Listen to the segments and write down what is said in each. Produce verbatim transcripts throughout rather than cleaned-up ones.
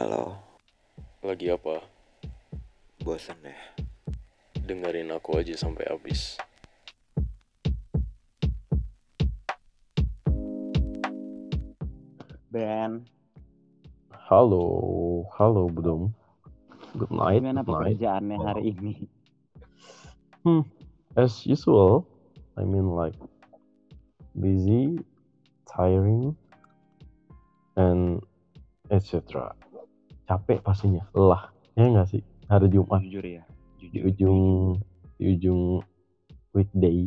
Halo, Lagi apa? bosan ya? Dengerin aku aja sampai habis. Ben, Halo, halo Budung. Good night, gimana good night. pekerjaannya hari ini? Hmm, as usual. I mean like busy, tiring, and et cetera. Capek pastinya, lelah. Ya nggak sih? Hari Jumat Jujur ya, di jujur. ujung jujur. di ujung weekday.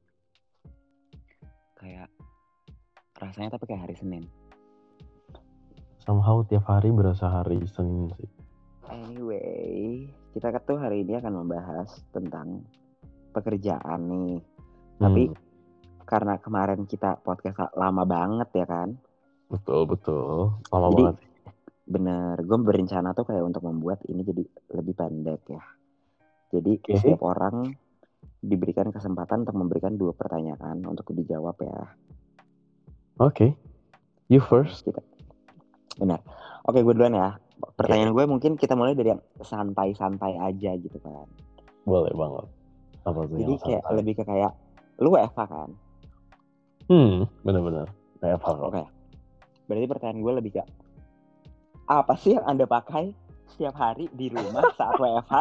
Kayak rasanya tapi kayak hari Senin. Somehow tiap hari berasa hari Senin sih. Anyway, kita tuh hari ini akan membahas tentang pekerjaan nih. Hmm, Tapi karena kemarin kita podcast lama banget ya kan? betul betul. Lama Jadi banget sih. bener, gue berencana tuh kayak untuk membuat ini jadi lebih pendek ya. Jadi Oke. setiap orang diberikan kesempatan untuk memberikan dua pertanyaan untuk dijawab ya. Oke. You first. Kita benar. Oke, gue duluan ya. Pertanyaan gue mungkin kita mulai dari yang santai-santai aja gitu kan. Boleh banget. Apa tuh Jadi yang kayak santai? lebih ke kayak lu W F H kan? Hmm, benar-benar. Kayak apa kok? Oke. Berarti pertanyaan gue lebih ke apa sih yang Anda pakai setiap hari di rumah saat W F H?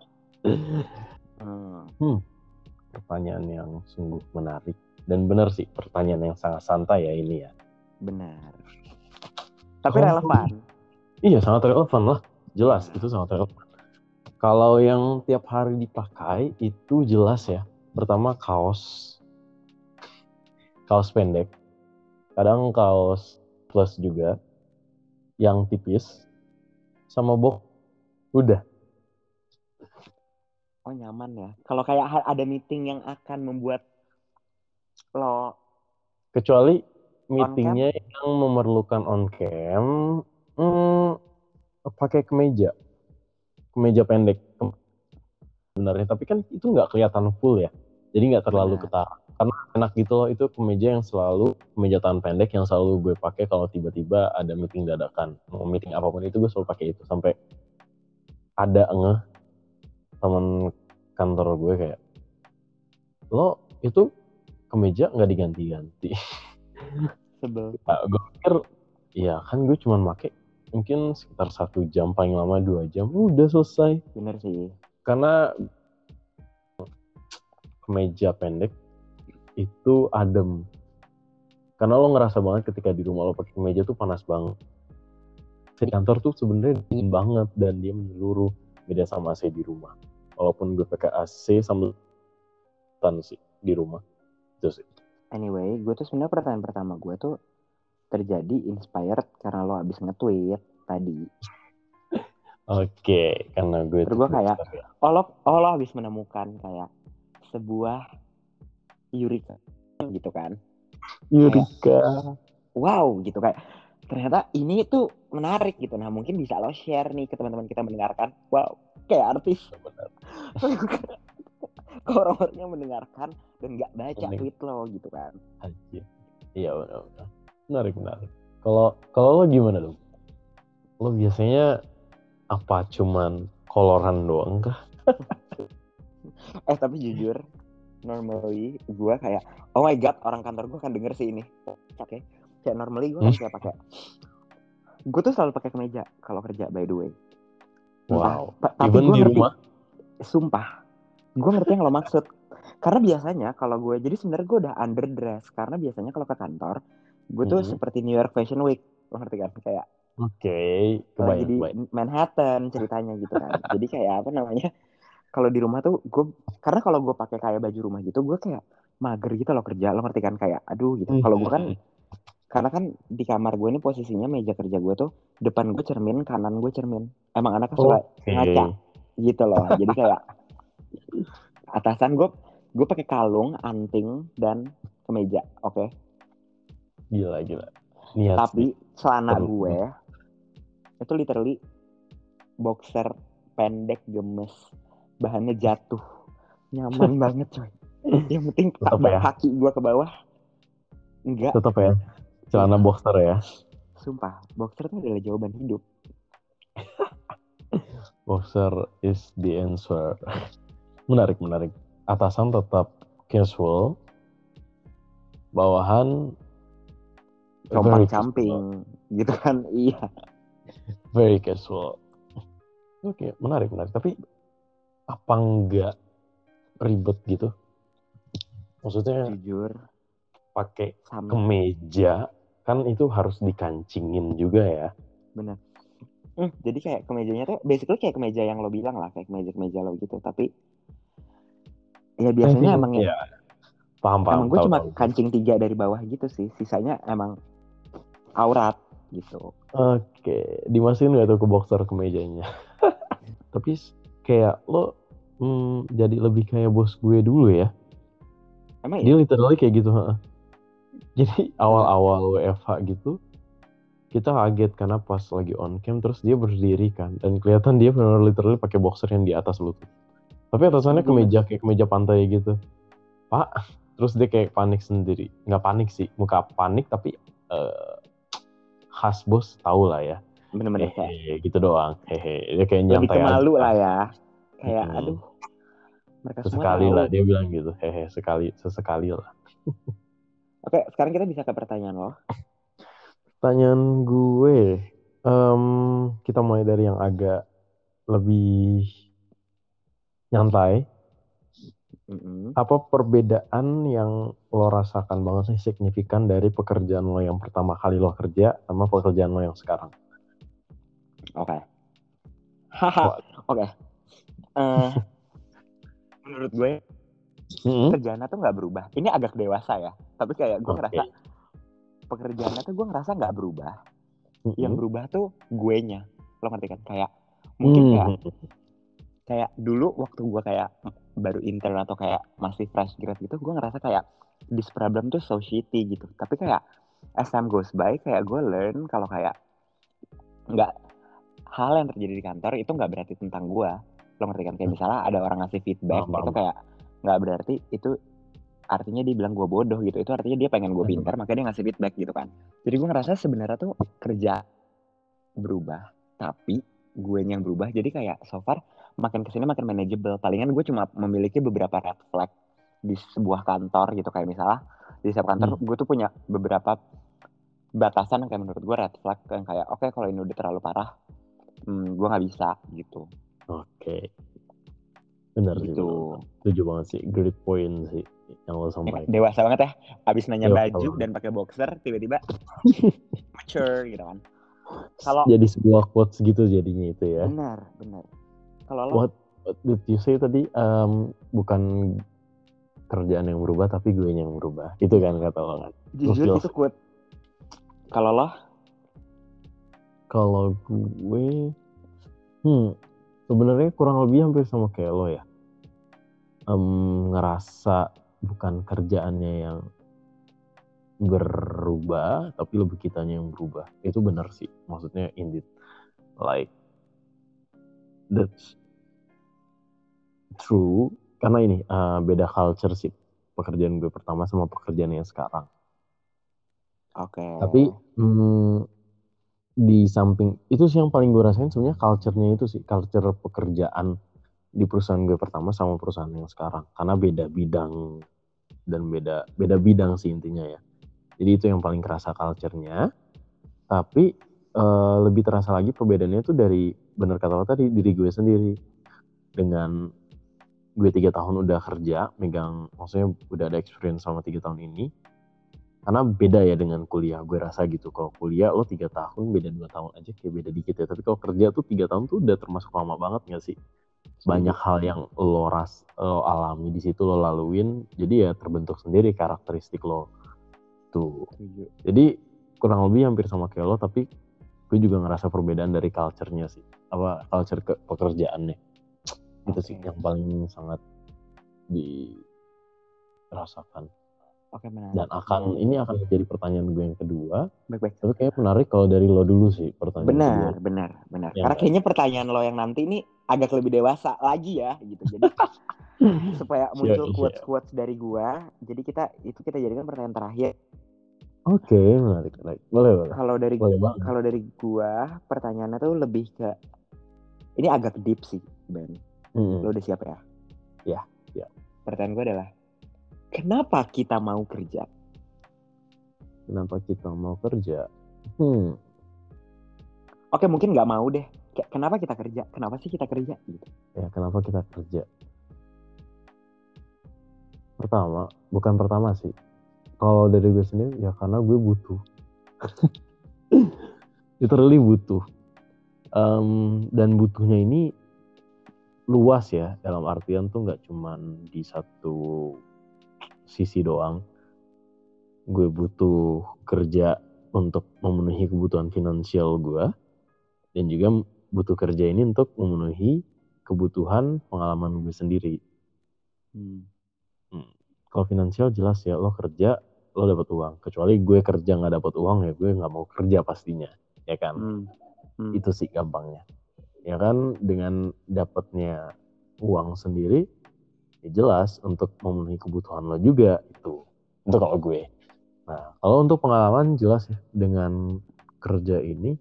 hmm. Hmm, pertanyaan yang sungguh menarik dan benar sih, pertanyaan yang sangat santai ya ini ya. Benar. Tapi Oh, relevan. Iya, sangat relevan lah. Jelas, Ya. itu sangat relevan. Kalau yang tiap hari dipakai itu jelas ya. Pertama kaos, kaos pendek. Kadang kaos plus juga, yang tipis, sama box. Udah. Oh nyaman ya. Kalau kayak ada meeting yang akan membuat lo Kecuali on cam, meetingnya yang memerlukan on cam, hmm, pakai kemeja, kemeja pendek sebenarnya. Tapi kan itu nggak kelihatan full ya, jadi nggak terlalu benar. ketara. Karena enak gitu loh, itu kemeja yang selalu kemeja tangan pendek yang selalu gue pakai kalau tiba-tiba ada meeting dadakan, mau meeting apapun itu gue selalu pakai itu. Sampai ada ngeh teman kantor gue kayak, lo itu kemeja nggak diganti-ganti. Sebel. Nah, gue pikir ya kan gue cuma pakai mungkin sekitar satu jam, paling lama dua jam udah selesai. Bener sih. Karena kemeja pendek itu adem. Karena lo ngerasa banget ketika di rumah lo pakai kemeja tuh panas banget. Di kantor tuh sebenarnya dingin banget dan dia menyeluruh, beda sama A C di rumah. Walaupun gue pakai A C sambil tan sih di rumah. Itu sih. Anyway, gue tuh sebenarnya pertanyaan pertama gue tuh terjadi inspired karena lo abis nge-tweet tadi. Oke, karena gue Terus gue kayak, oh lo, oh lo abis menemukan kayak sebuah Eureka gitu kan. Eureka. Wow gitu kayak ternyata ini tuh menarik gitu. Nah mungkin bisa lo share nih ke teman-teman kita mendengarkan. Wow, kayak artis. Kalau orang-orangnya mendengarkan dan nggak baca Mening. tweet lo gitu kan. Anjir. Iya benar-benar. Menarik menarik. Kalau kalau lo gimana dong? Lo biasanya apa cuman koloran doang kah? eh tapi jujur, normally gue kayak, oh my god, orang kantor gue kan denger sih ini. Oke, okay. Kayak normally gue kan kayak pakai, gue tuh selalu pakai kemeja kalau kerja by the way. Entah, wow. Pa- tapi even gue di ngerti, rumah? Sumpah, gue ngerti yang lo maksud. Karena biasanya kalau gue, jadi sebenarnya gue udah underdress. Karena biasanya kalau ke kantor, gue tuh Mm-hmm. seperti New York Fashion Week, lo ngerti kan? Kayak, oke, okay. lagi di Manhattan ceritanya gitu kan. Jadi kayak apa namanya? Kalau di rumah tuh gue, karena kalau gue pakai kayak baju rumah gitu, gue kayak mager gitu loh kerja, lo ngerti kan? Kayak aduh gitu. Kalau gue kan, karena kan di kamar gue ini posisinya meja kerja gue tuh depan gue cermin, kanan gue cermin. Emang anaknya suka okay. ngaca gitu loh. Jadi kayak atasan gue, gue pakai kalung, anting dan kemeja, oke? Okay? Gila gila. Niat tapi sih. celana Perlu. gue itu literally boxer pendek gemes, bahannya jatuh, nyaman banget coy. Yang penting tetap ya? Kaki gue ke bawah enggak. Tetap ya celana ya. Boxer ya. Sumpah boxer itu adalah jawaban hidup. Boxer is the answer. Menarik, menarik. Atasan tetap casual, bawahan very compang-camping gitu kan. Iya. Very casual. Oke, menarik, menarik. Tapi apa enggak ribet gitu? Maksudnya Jujur pakai sama. kemeja kan itu harus dikancingin juga ya. Benar. Hmm, jadi kayak kemejanya tuh basically kayak kemeja yang lo bilang lah, kayak kemeja-kemeja lo gitu. Tapi ya biasanya emang ya. ya. Paham, paham. Emang gue tahu, cuma tahu. kancing tiga dari bawah gitu sih. Sisanya emang aurat gitu. Oke, dimasukin nggak tuh ke boxer kemejanya? Tapi kayak lo hmm, jadi lebih kayak bos gue dulu ya. Emang Dia ya? literally kayak gitu. Ha. Jadi awal-awal W F H gitu, kita kaget karena pas lagi on cam terus dia berdiri kan. Dan kelihatan dia benar literally pakai boxer yang di atas lutut. Tapi atasannya kemeja kayak kemeja pantai gitu. Pak, terus dia kayak panik sendiri. Nggak panik sih, muka panik tapi uh, khas bos tau lah ya. Bener-bener kayak Hehe, gitu doang. Hehe, dia kayak lebih nyantai ke malu aja. lah ya. Kayak Hmm. aduh. Mereka Sesekali semua tahu. lah dia bilang gitu. Hehe, sekali sesekali lah. Oke, sekarang kita bisa ke pertanyaan lo. Pertanyaan gue, um, kita mulai dari yang agak lebih nyantai. Mm-mm. Apa perbedaan yang lo rasakan banget sih signifikan dari pekerjaan lo yang pertama kali lo kerja sama pekerjaan lo yang sekarang? Oke. Haha. Oke. Eh, menurut gue hmm? pekerjaannya tuh nggak berubah. Ini agak dewasa ya. Tapi kayak gue Okay. ngerasa pekerjaannya tuh gue ngerasa nggak berubah. Mm-hmm. Yang berubah tuh guenya. Lo ngerti kan? Kayak mungkin kayak mm-hmm. kayak dulu waktu gue kayak baru intern atau kayak masih fresh grad gitu, gue ngerasa kayak this problem tuh so shitty gitu. Tapi kayak as time goes by, kayak gue learn kalau kayak nggak hal yang terjadi di kantor itu nggak berarti tentang gue. Lo ngerti kan? Kayak misalnya ada orang ngasih feedback, Bam, bam. itu kayak nggak berarti itu artinya dia bilang gue bodoh gitu. Itu artinya dia pengen gue pintar, makanya dia ngasih feedback gitu kan. Jadi gue ngerasa sebenarnya tuh kerja berubah, tapi gue yang berubah. Jadi kayak so far makin kesini makin manageable. Palingan gue cuma memiliki beberapa red flag di sebuah kantor gitu. Kayak misalnya di setiap kantor hmm. gue tuh punya beberapa batasan yang kayak menurut gue red flag. Yang kayak oke okay, kalau ini udah terlalu parah, hmm, gue gak bisa gitu. Oke. Okay. Benar gitu. Sih, benar. Setuju banget sih. Great point sih yang lo sampaikan. Ya, dewasa banget ya. Abis nanya dewasa baju banget. dan pakai boxer, tiba-tiba mature gitu kan. Kalau jadi sebuah quotes gitu jadinya itu ya. Benar, benar. Kalau lo what, what did you say tadi um, bukan kerjaan yang berubah tapi gue yang berubah. Itu kan kata lo kan. Jujur itu quote. Kalau lo? Kalau gue hmm sebenarnya kurang lebih hampir sama kayak lo ya. Um, ngerasa bukan kerjaannya yang berubah tapi lebih kitanya yang berubah. Itu benar sih. Maksudnya indeed like that's true karena ini uh, beda culture sih pekerjaan gue pertama sama pekerjaan yang sekarang. Oke. Okay. Tapi hmm, di samping itu sih yang paling gue rasain sebenarnya culture-nya itu sih culture pekerjaan di perusahaan gue pertama sama perusahaan yang sekarang karena beda bidang dan beda beda bidang sih intinya ya. Jadi itu yang paling kerasa culture-nya. Tapi uh, lebih terasa lagi perbedaannya itu dari benar kata lo tadi diri gue sendiri dengan gue tiga tahun udah kerja, megang, maksudnya udah ada experience selama tiga tahun ini. Karena beda ya dengan kuliah, gue rasa gitu. Kalau kuliah lo tiga tahun, beda dua tahun aja kayak beda dikit ya. Tapi kalau kerja tuh tiga tahun tuh udah termasuk lama banget gak sih? Banyak hal yang lo ras, lo alami di situ lo laluin, jadi ya terbentuk sendiri karakteristik lo tuh. Jadi kurang lebih hampir sama kayak lo, tapi gue juga ngerasa perbedaan dari culture-nya sih. Apa culture ke pekerjaannya. Itu okay. Sih yang paling sangat dirasakan. Oke, menarik. Dan akan menarik. Ini akan menjadi pertanyaan gue yang kedua. Baik-baik. Tapi kayaknya menarik kalau dari lo dulu sih pertanyaan benar, kedua. Benar, benar, benar. Ya, karena kayaknya pertanyaan lo yang nanti ini agak lebih dewasa lagi ya, gitu. Jadi supaya muncul quotes-quotes dari gua, jadi kita itu kita jadikan pertanyaan terakhir. Oke, okay, menarik, menarik. Boleh, boleh. Kalau dari boleh kalau dari gua, pertanyaannya tuh lebih ke Ini agak deep sih, Ben. Mm-mm. Lo udah siap ya? Ya, ya. Pertanyaan gue adalah, kenapa kita mau kerja? Kenapa kita mau kerja? Hmm. Oke, mungkin nggak mau deh. Kayak, kenapa kita kerja? Kenapa sih kita kerja? Gitu. Ya, kenapa kita kerja? Pertama, bukan pertama sih. Kalau dari gue sendiri, ya karena gue butuh. Literally butuh. Um, dan butuhnya ini luas ya, dalam artian tuh nggak cuman di satu sisi doang. Gue butuh kerja untuk memenuhi kebutuhan finansial gue, dan juga butuh kerja ini untuk memenuhi kebutuhan pengalaman gue sendiri. Hmm. Hmm. Kalau finansial jelas ya, lo kerja lo dapat uang. Kecuali gue kerja nggak dapat uang, ya gue nggak mau kerja pastinya, ya kan? Hmm. Hmm. Itu sih gampangnya. Ya kan, dengan dapatnya uang sendiri, ya jelas untuk memenuhi kebutuhan lo juga itu. Itu kalau gue. Nah, kalau untuk pengalaman jelas ya, dengan kerja ini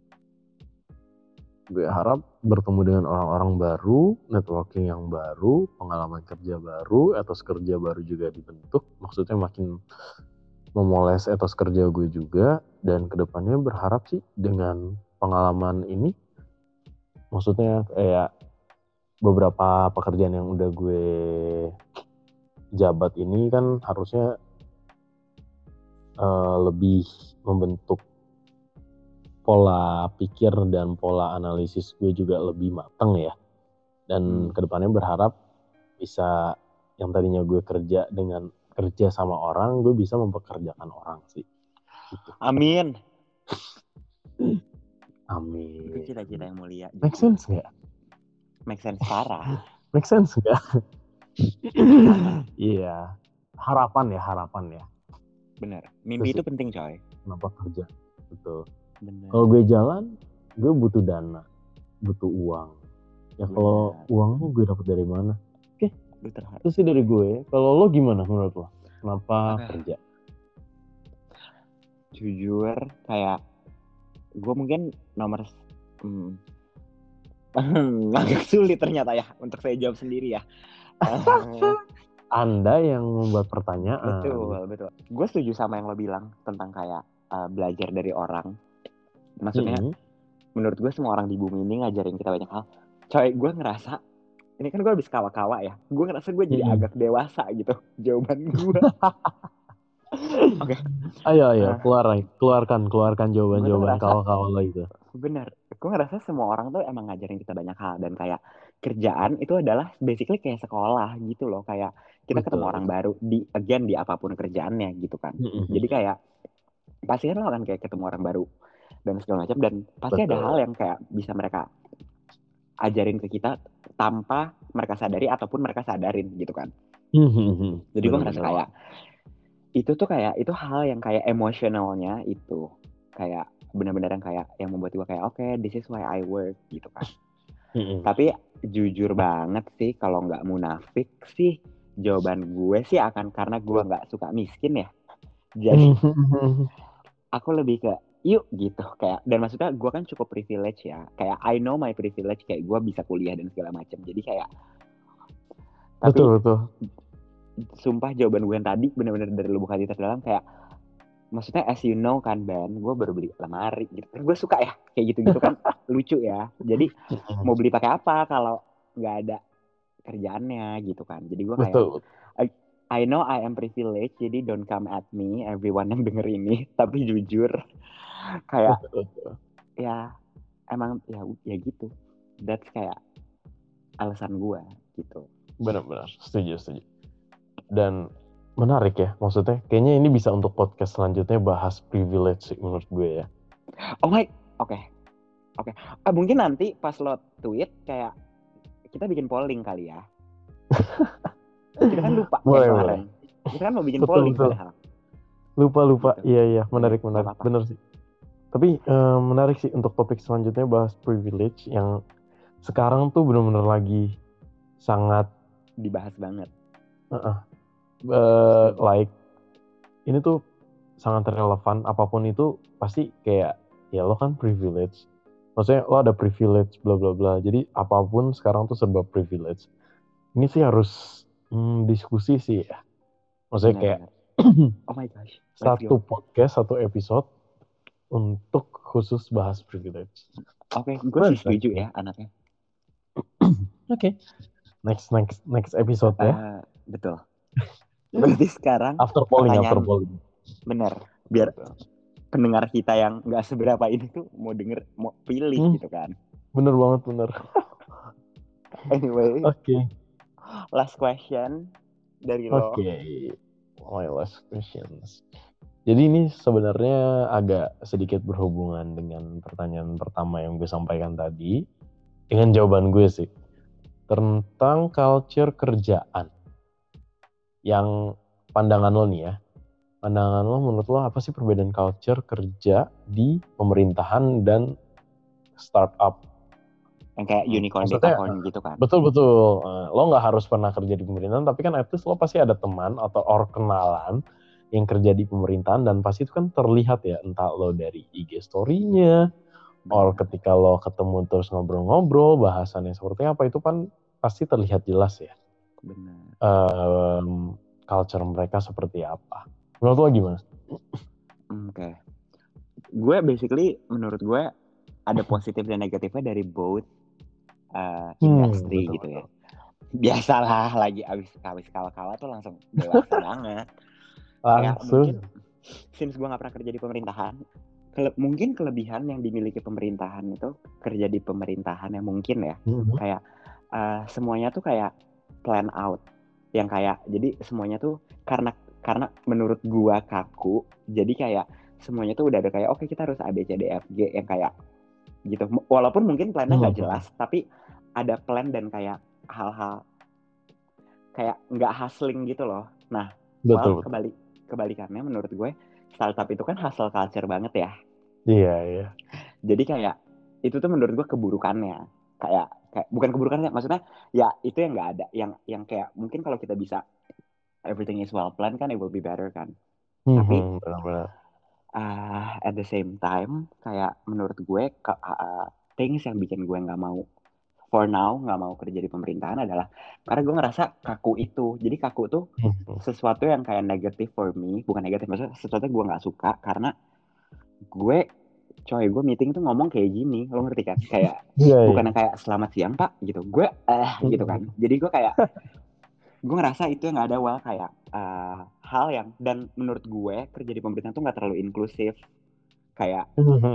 gue harap bertemu dengan orang-orang baru, networking yang baru, pengalaman kerja baru, etos kerja baru juga dibentuk. Maksudnya makin memoles etos kerja gue juga, dan kedepannya berharap sih dengan pengalaman ini, maksudnya kayak beberapa pekerjaan yang udah gue jabat ini kan harusnya uh, lebih membentuk pola pikir dan pola analisis gue juga lebih matang ya. Dan hmm. kedepannya berharap bisa, yang tadinya gue kerja dengan kerja sama orang, gue bisa mempekerjakan orang sih. Gitu. Amin. Amin. Itu cita-cita yang mulia. Make sense nggak? Make sense parah. Make sense nggak? Iya. Harapan ya, harapan ya. Bener. Mimpi itu, itu penting coy. Kenapa kerja? Betul. Kalau gue jalan, gue butuh dana, butuh uang. Ya kalau uangnya gue dapat dari mana? Oke, okay. Itu sih dari gue. Kalau lo gimana menurut lo? Kenapa okay. kerja? Jujur, kayak gue mungkin nomor hmm, agak sulit ternyata ya untuk saya jawab sendiri ya. Anda yang membuat pertanyaan. Betul, betul. Gue setuju sama yang lo bilang tentang kayak uh, belajar dari orang. Maksudnya, mm-hmm. menurut gue semua orang di bumi ini ngajarin kita banyak hal. Coy, gue ngerasa, ini kan gue habis kawa-kawa ya. Gue ngerasa gue jadi mm-hmm. agak dewasa gitu jawaban gue. Oke. Okay. Ayo, ayo, uh, keluar, keluarkan, keluarkan jawaban-jawaban kawa-kawa lo itu. Bener. Gue ngerasa semua orang tuh emang ngajarin kita banyak hal. Dan kayak kerjaan itu adalah basically kayak sekolah gitu loh. Kayak kita betul, ketemu orang baru, di again di apapun kerjaannya gitu kan. Mm-hmm. Jadi kayak, pasti kan lo akan kayak ketemu orang baru dan segala macam, dan pasti betul. Ada hal yang kayak bisa mereka ajarin ke kita tanpa mereka sadari ataupun mereka sadarin gitu kan. Mm-hmm. Jadi gue ngerasa kayak itu tuh kayak itu hal yang kayak emosionalnya itu kayak benar-benar yang kayak yang membuat gue kayak oke okay, this is why I work gitu kan. Mm-hmm. Tapi jujur banget sih kalau nggak munafik sih jawaban gue sih akan karena gue nggak suka miskin ya. Jadi aku lebih ke yuk gitu kayak, dan maksudnya gue kan cukup privilege ya, kayak I know my privilege, kayak gue bisa kuliah dan segala macam, jadi kayak tapi betul betul sumpah jawaban gue yang tadi benar-benar dari lubuk hati terdalam kayak, maksudnya as you know kan Ben, gue baru beli lemari gitu, gue suka ya kayak gitu-gitu kan lucu ya, jadi mau beli pakai apa kalau nggak ada kerjaannya gitu kan, jadi gue kayak betul. I, I know I am privileged, jadi don't come at me everyone yang denger ini, tapi jujur kayak ya emang ya ya gitu, that's kayak alasan gue gitu. Benar-benar setuju setuju dan menarik ya, maksudnya kayaknya ini bisa untuk podcast selanjutnya bahas privilege menurut gue ya. Oh my, oke okay. oke okay. ah, mungkin nanti pas lo tweet kayak kita bikin polling kali ya. Kita kan lupa boleh, boleh. Kita kan mau bikin betul, polling betul. padahal. Lupa lupa gitu. Iya iya menarik menarik bener sih. Tapi uh, menarik sih untuk topik selanjutnya bahas privilege yang sekarang tuh benar-benar lagi sangat dibahas banget. Uh-uh. Uh, like ini tuh sangat relevan, apapun itu pasti kayak ya lo kan privilege, Maksudnya lo ada privilege bla bla bla. Jadi apapun sekarang tuh serba privilege. Ini sih harus hmm, diskusi sih ya. Maksudnya kayak Benar-benar. Oh my gosh, let's satu go. podcast, satu episode untuk khusus bahas privilege. Oke, gue sih setuju ya anaknya. Oke. Next next next episode ya. Eh, betul. Berarti sekarang After polling, after pertanyaan polling. bener, biar pendengar kita yang nggak seberapa ini tuh mau denger, mau pilih Hmm. gitu kan. Bener banget, bener. Anyway, Oke. last question dari lo. Oke. My last questions. Jadi ini sebenarnya agak sedikit berhubungan dengan pertanyaan pertama yang gue sampaikan tadi. Dengan jawaban gue sih. Tentang culture kerjaan. Yang pandangan lo nih ya. Pandangan lo menurut lo apa sih perbedaan culture kerja di pemerintahan dan startup? Yang kayak unicorn Maksudnya, dekakorn gitu kan. Betul-betul. Lo nggak harus pernah kerja di pemerintahan, tapi kan at least lo pasti ada teman atau or kenalan yang kerja di pemerintahan, dan pasti itu kan terlihat ya, entah lo dari I G story-nya, or ketika lo ketemu terus ngobrol-ngobrol, bahasannya seperti apa, itu kan pasti terlihat jelas ya. Benar. Um, culture mereka seperti apa. Menurut lo gimana? Oke. Okay. Gue basically, menurut gue, ada positif dan negatifnya dari both uh, industri hmm, gitu ya. Biasalah lagi abis abis kalah-kalah tuh langsung dewasa banget. Kayak mungkin since gue nggak pernah kerja di pemerintahan, kele- mungkin kelebihan yang dimiliki pemerintahan itu kerja di pemerintahan yang mungkin ya, mm-hmm. kayak uh, semuanya tuh kayak plan out, yang kayak jadi semuanya tuh karena karena menurut gue kaku, jadi kayak semuanya tuh udah ada kayak oke okay, kita harus A B C D F G yang kayak gitu, walaupun mungkin plannya nggak jelas, hmm. tapi ada plan dan kayak hal-hal kayak nggak hustling gitu loh. Nah, well, kebalik kebalikannya menurut gue startup itu kan hustle culture banget ya. Iya iya. Jadi kayak itu tuh menurut gue keburukannya, kayak kayak bukan keburukannya, maksudnya ya itu yang nggak ada, yang yang kayak mungkin kalau kita bisa everything is well planned kan it will be better kan. Hmm, tapi benar-benar. Uh, at the same time kayak menurut gue ke, uh, things yang bikin gue nggak mau for now nggak mau kerja di pemerintahan adalah karena gue ngerasa kaku itu. Jadi kaku tuh sesuatu yang kayak negatif for me, bukan negatif, maksudnya sesuatu yang gue nggak suka karena gue coy gue meeting tuh ngomong kayak gini, lo ngerti kan, kayak yeah, bukan yeah. yang kayak selamat siang pak gitu, gue eh gitu kan. Jadi gue kayak gue ngerasa itu yang nggak ada well kayak uh, hal yang, dan menurut gue kerja di pemerintahan tuh nggak terlalu inklusif kayak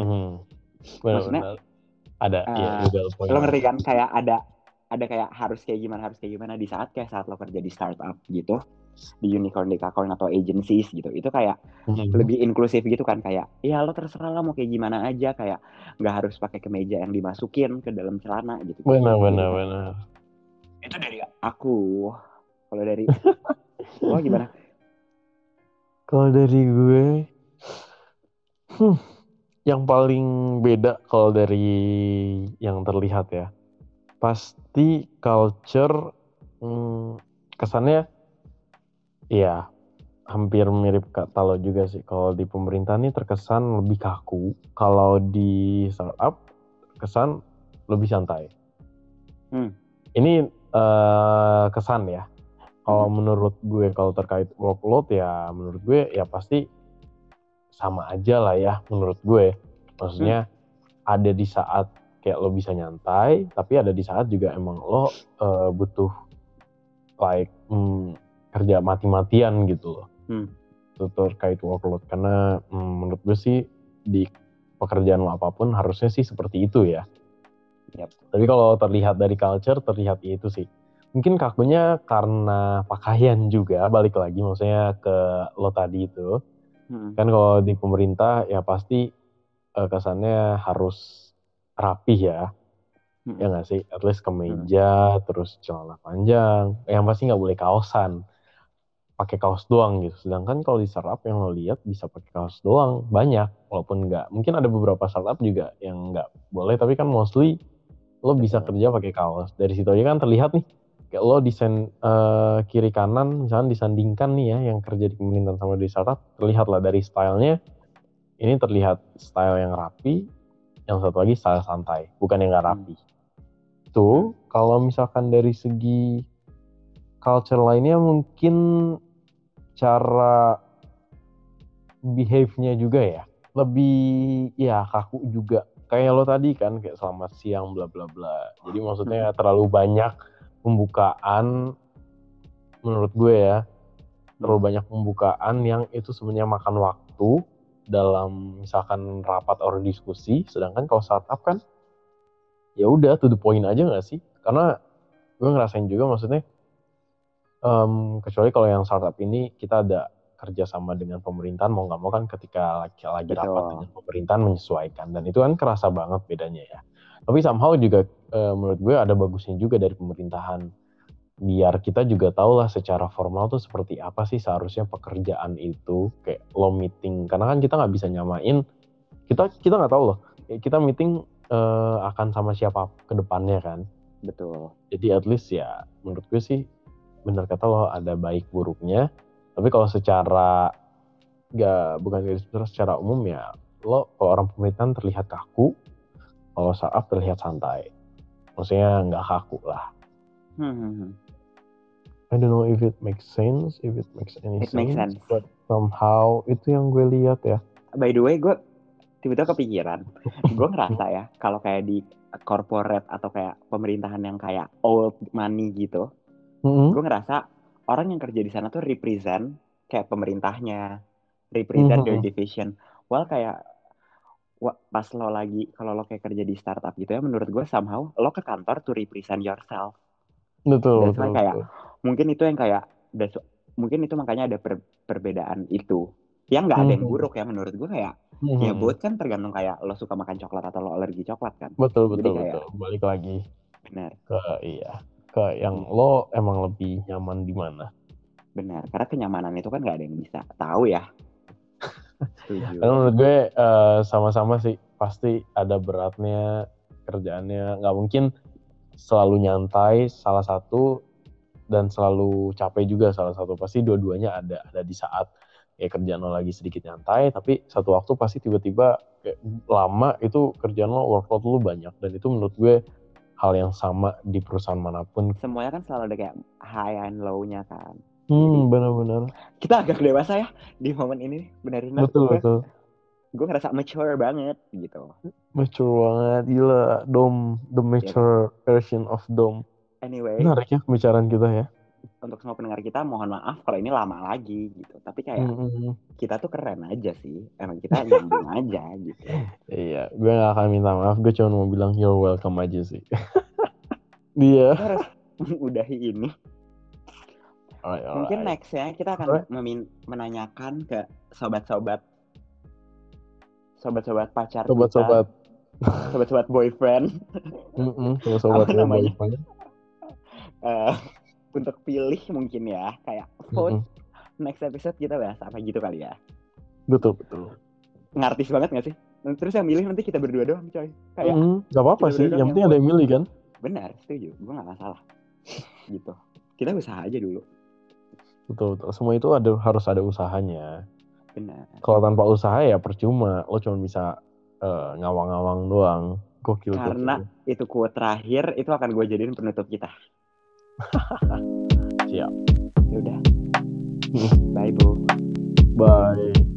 maksudnya ada uh, ya lo ngerti kan kayak ada ada kayak harus kayak gimana harus kayak gimana di saat kayak saat lo kerja di startup gitu, di unicorn dekakorn atau agencies gitu, itu kayak mm-hmm. lebih inklusif gitu kan, kayak ya lo terserah lo mau kayak gimana aja, kayak nggak harus pakai kemeja yang dimasukin ke dalam celana gitu. Benar gitu. benar benar. Itu dari aku. Kalau dari lo gimana? Kalau dari gue, hmm, yang paling beda kalau dari yang terlihat ya, pasti culture hmm, kesannya, ya hampir mirip kata lo juga sih. Kalau di pemerintahan ini terkesan lebih kaku, kalau di startup kesan lebih santai. Hmm. Ini uh, kesan ya. Kalau menurut gue kalau terkait workload ya menurut gue ya pasti sama aja lah ya menurut gue. Maksudnya hmm. ada di saat kayak lo bisa nyantai, tapi ada di saat juga emang lo uh, butuh like hmm, kerja mati-matian gitu loh. Hmm. Itu terkait workload, karena hmm, menurut gue sih di pekerjaan lo apapun harusnya sih seperti itu ya. Yep. Tapi kalau terlihat dari culture terlihat itu sih. Mungkin kakunya karena pakaian juga, balik lagi maksudnya ke lo tadi itu. Hmm. Kan kalau di pemerintah ya pasti uh, kesannya harus rapih ya. Hmm. Ya nggak sih? At least kemeja, hmm. terus celana panjang. Yang pasti nggak boleh kaosan. Pakai kaos doang gitu. Sedangkan kalau di startup yang lo lihat bisa pakai kaos doang. Banyak. Walaupun nggak. Mungkin ada beberapa startup juga yang nggak boleh. Tapi kan mostly lo bisa kerja pakai kaos. Dari situ aja kan terlihat nih. Kayak lo desain uh, kiri kanan misalnya disandingkan nih ya yang kerja di pemerintahan sama di startup, terlihat lah dari stylenya ini terlihat style yang rapi, yang satu lagi style santai, bukan yang nggak rapi. Hmm. Tuh kalau misalkan dari segi culture lainnya mungkin cara behave-nya juga ya lebih ya kaku juga kayak lo tadi kan, kayak selamat siang bla bla bla. Jadi maksudnya terlalu banyak pembukaan menurut gue ya, terlalu Hmm. banyak pembukaan yang itu sebenarnya makan waktu dalam misalkan rapat or diskusi. Sedangkan kalau startup kan ya udah to the point aja nggak sih? Karena gue ngerasain juga maksudnya um, kecuali kalau yang startup ini kita ada kerjasama dengan pemerintahan, mau nggak mau kan ketika lagi, lagi rapat Betul. dengan pemerintahan menyesuaikan, dan itu kan kerasa banget bedanya ya. Tapi somehow juga uh, menurut gue ada bagusnya juga dari pemerintahan, biar kita juga tahu lah secara formal tuh seperti apa sih seharusnya pekerjaan itu, kayak lo meeting, karena kan kita nggak bisa nyamain, kita kita nggak tahu loh kita meeting uh, akan sama siapa ke depannya kan. Betul. Jadi at least ya menurut gue sih benar kata lo, ada baik buruknya. Tapi kalau secara gak bukan garis besar, secara umum ya lo kalau orang pemerintahan terlihat kaku, kalau startup terlihat santai. Maksudnya nggak kaku lah. Hmm. I don't know if it makes sense, if it makes any It makes sense, sense. but somehow itu yang gue lihat ya. By the way, gue tiba-tiba kepikiran. Gue ngerasa ya, kalau kayak di corporate atau kayak pemerintahan yang kayak old money gitu, Mm-hmm. gue ngerasa orang yang kerja di sana tuh represent kayak pemerintahnya, represent their Mm-hmm. division. Well kayak wa- pas lo lagi, kalau lo kayak kerja di startup gitu ya, menurut gue somehow lo ke kantor to represent yourself. Betul, That's betul, why kayak betul. mungkin itu yang kayak that's- mungkin itu makanya ada per- perbedaan itu. Yang nggak ada yang Mm-hmm. buruk ya menurut gue, kayak ya Mm-hmm. both kan tergantung kayak lo suka makan coklat atau lo alergi coklat kan. Betul, Jadi betul, kayak betul. Balik lagi benar, ke iya, ke yang gitu. lo emang lebih nyaman di mana. Benar, karena kenyamanan itu kan nggak ada yang bisa tahu ya. Setuju. Karena menurut gue uh, sama-sama sih, pasti ada beratnya kerjaannya. Nggak mungkin selalu nyantai salah satu dan selalu capek juga salah satu. Pasti dua-duanya ada. Ada di saat kayak kerjaan lo lagi sedikit nyantai, tapi satu waktu pasti tiba-tiba kayak lama itu kerjaan lo, workload lo banyak. Dan itu menurut gue hal yang sama di perusahaan manapun. Semuanya kan selalu ada kayak high and low-nya kan. Hmm, benar-benar. Kita agak dewasa ya di momen ini, benar-benar. Betul, gue, betul. gue ngerasa mature banget gitu. Mature banget, gila. Dom, the mature yeah, version of Dom. Anyway, menarik ya pembicaraan kita ya. Untuk semua pendengar kita, mohon maaf kalau ini lama lagi gitu. Tapi kayak mm-hmm. kita tuh keren aja sih. Emang kita nyambung aja gitu. Iya, gue gak akan minta maaf. Gue cuma mau bilang you're welcome aja sih. Dia. Kita harus mengudahi ini. Alright, alright. Mungkin nextnya kita akan alright. memin- menanyakan ke sobat-sobat, sobat-sobat pacar sobat-sobat. kita, sobat-sobat boyfriend, mm-hmm, sobat-sobat boyfriend. Uh, untuk pilih mungkin ya, kayak vote mm-hmm. next episode kita bahas apa gitu kali ya. Betul betul. Ngartis banget nggak sih? Terus yang milih nanti kita berdua doang coy. Kayak mm-hmm. Gak apa-apa sih, yang penting ada yang milih kan. Benar, setuju. Gue gak masalah. Gitu. Kita usaha aja dulu. Betul betul. Semua itu ada, harus ada usahanya. Benar. Kalau tanpa usaha ya percuma. Lo cuma bisa uh, ngawang-ngawang doang. Gokil. Karena gokil. Itu quote terakhir itu akan gue jadiin penutup kita. Siap. Yaudah. Bye, Bu. Bye.